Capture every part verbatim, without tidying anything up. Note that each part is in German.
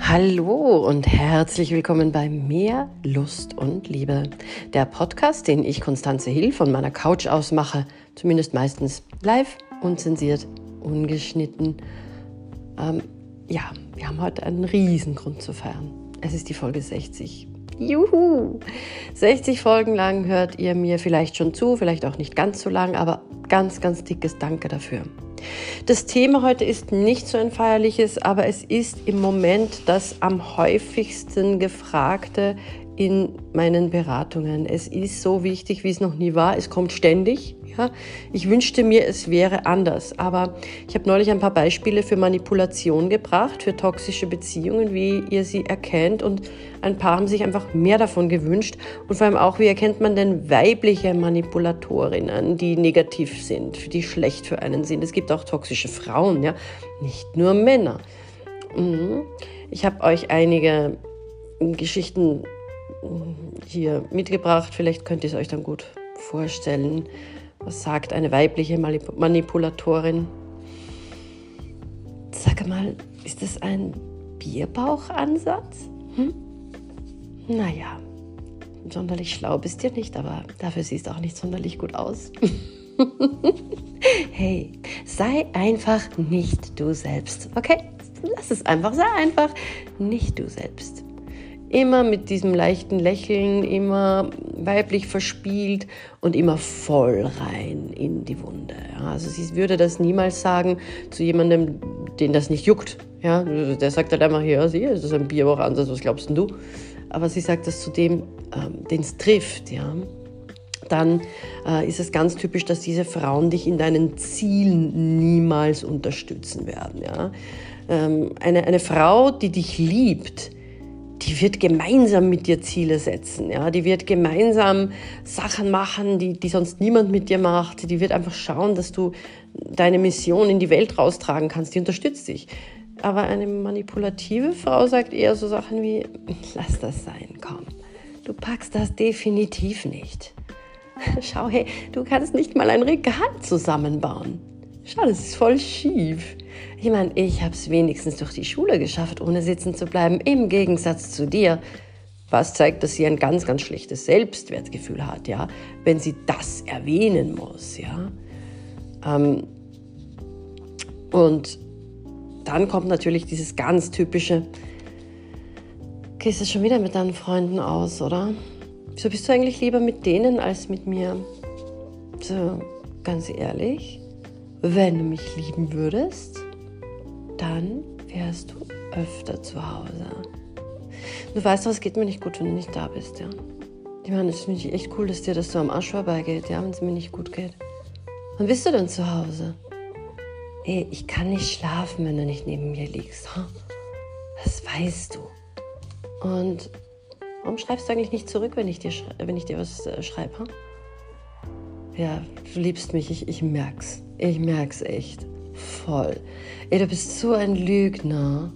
Hallo und herzlich willkommen bei Mehr Lust und Liebe, der Podcast, den ich, Constanze Hill, von meiner Couch aus mache, zumindest meistens live, unzensiert, ungeschnitten. Ähm, ja, wir haben heute einen Riesengrund zu feiern. Es ist die Folge sechzig. Juhu! sechzig Folgen lang hört ihr mir vielleicht schon zu, vielleicht auch nicht ganz so lang, aber ganz, ganz dickes Danke dafür. Das Thema heute ist nicht so ein feierliches, aber es ist im Moment das am häufigsten gefragte in meinen Beratungen. Es ist so wichtig, wie es noch nie war. Es kommt ständig. Ja. Ich wünschte mir, es wäre anders. Aber ich habe neulich ein paar Beispiele für Manipulation gebracht, für toxische Beziehungen, wie ihr sie erkennt. Und ein paar haben sich einfach mehr davon gewünscht. Und vor allem auch, wie erkennt man denn weibliche Manipulatorinnen, die negativ sind, die schlecht für einen sind. Es gibt auch toxische Frauen, ja, nicht nur Männer. Ich habe euch einige Geschichten hier mitgebracht. Vielleicht könnt ihr es euch dann gut vorstellen. Was sagt eine weibliche Manipulatorin? Sag mal, ist das ein Bierbauchansatz? Hm? Naja, sonderlich schlau bist du nicht, aber dafür siehst du auch nicht sonderlich gut aus. Hey, sei einfach nicht du selbst, okay? Lass es einfach, sei einfach nicht du selbst. Immer mit diesem leichten Lächeln, immer weiblich verspielt und immer voll rein in die Wunde. Ja, also sie würde das niemals sagen zu jemandem, den das nicht juckt. Ja, der sagt halt einfach, ja, sie, das ist ein Bierbauchansatz, was glaubst denn du? Aber sie sagt das zu dem, ähm, den es trifft. Ja. Dann äh, ist es ganz typisch, dass diese Frauen dich in deinen Zielen niemals unterstützen werden. Ja. Ähm, eine, eine Frau, die dich liebt, die wird gemeinsam mit dir Ziele setzen, ja, die wird gemeinsam Sachen machen, die, die sonst niemand mit dir macht, die wird einfach schauen, dass du deine Mission in die Welt raustragen kannst, die unterstützt dich. Aber eine manipulative Frau sagt eher so Sachen wie, lass das sein, komm, du packst das definitiv nicht. Schau, hey, du kannst nicht mal ein Regal zusammenbauen. Schau, das ist voll schief. Ich meine, ich habe es wenigstens durch die Schule geschafft, ohne sitzen zu bleiben, im Gegensatz zu dir. Was zeigt, dass sie ein ganz, ganz schlechtes Selbstwertgefühl hat, ja, wenn sie das erwähnen muss, ja. Ähm, und dann kommt natürlich dieses ganz typische, gehst du schon wieder mit deinen Freunden aus, oder? Wieso bist du eigentlich lieber mit denen als mit mir? So, ganz ehrlich, wenn du mich lieben würdest, dann wärst du öfter zu Hause. Du weißt doch, es geht mir nicht gut, wenn du nicht da bist, ja. Ich meine, es finde ich echt cool, dass dir das so am Arsch vorbeigeht, ja, wenn es mir nicht gut geht. Wann bist du denn zu Hause? Ey, ich kann nicht schlafen, wenn du nicht neben mir liegst. Huh? Das weißt du. Und warum schreibst du eigentlich nicht zurück, wenn ich dir, schrei- wenn ich dir was äh, schreibe? Huh? Ja, du liebst mich, ich, ich merk's. Ich merk's echt. Voll. Ey, du bist so ein Lügner.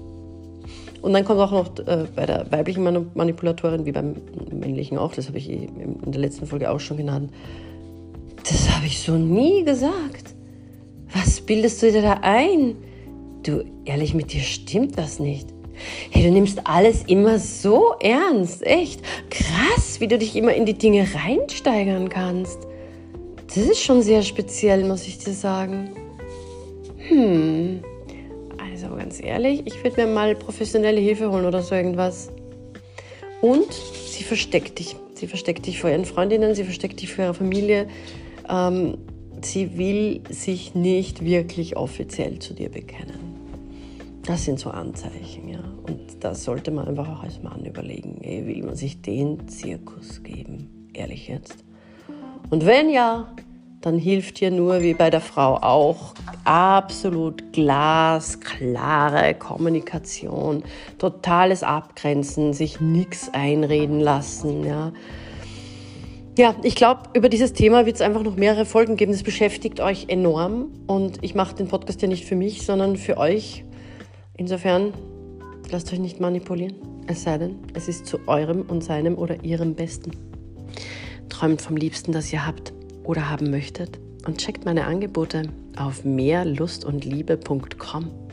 Und dann kommt auch noch äh, bei der weiblichen Manipulatorin, wie beim männlichen auch, das habe ich in der letzten Folge auch schon genannt. Das habe ich so nie gesagt. Was bildest du dir da ein? Du, ehrlich, mit dir stimmt das nicht. Hey, du nimmst alles immer so ernst, echt. Krass, wie du dich immer in die Dinge reinsteigern kannst. Das ist schon sehr speziell, muss ich dir sagen. Hm, also ganz ehrlich, ich würde mir mal professionelle Hilfe holen oder so irgendwas. Und sie versteckt dich. Sie versteckt dich vor ihren Freundinnen, sie versteckt dich vor ihrer Familie. Ähm, sie will sich nicht wirklich offiziell zu dir bekennen. Das sind so Anzeichen, ja. Und das sollte man einfach auch als Mann überlegen. Ey, will man sich den Zirkus geben? Ehrlich jetzt. Und wenn ja, dann hilft dir nur, wie bei der Frau auch, absolut glasklare Kommunikation, totales Abgrenzen, sich nichts einreden lassen. Ja, ja ich glaube, über dieses Thema wird es einfach noch mehrere Folgen geben. Das beschäftigt euch enorm und ich mache den Podcast ja nicht für mich, sondern für euch. Insofern, lasst euch nicht manipulieren, es sei denn, es ist zu eurem und seinem oder ihrem Besten. Träumt vom Liebsten, das ihr habt oder haben möchtet und checkt meine Angebote auf mehr lust und liebe punkt com.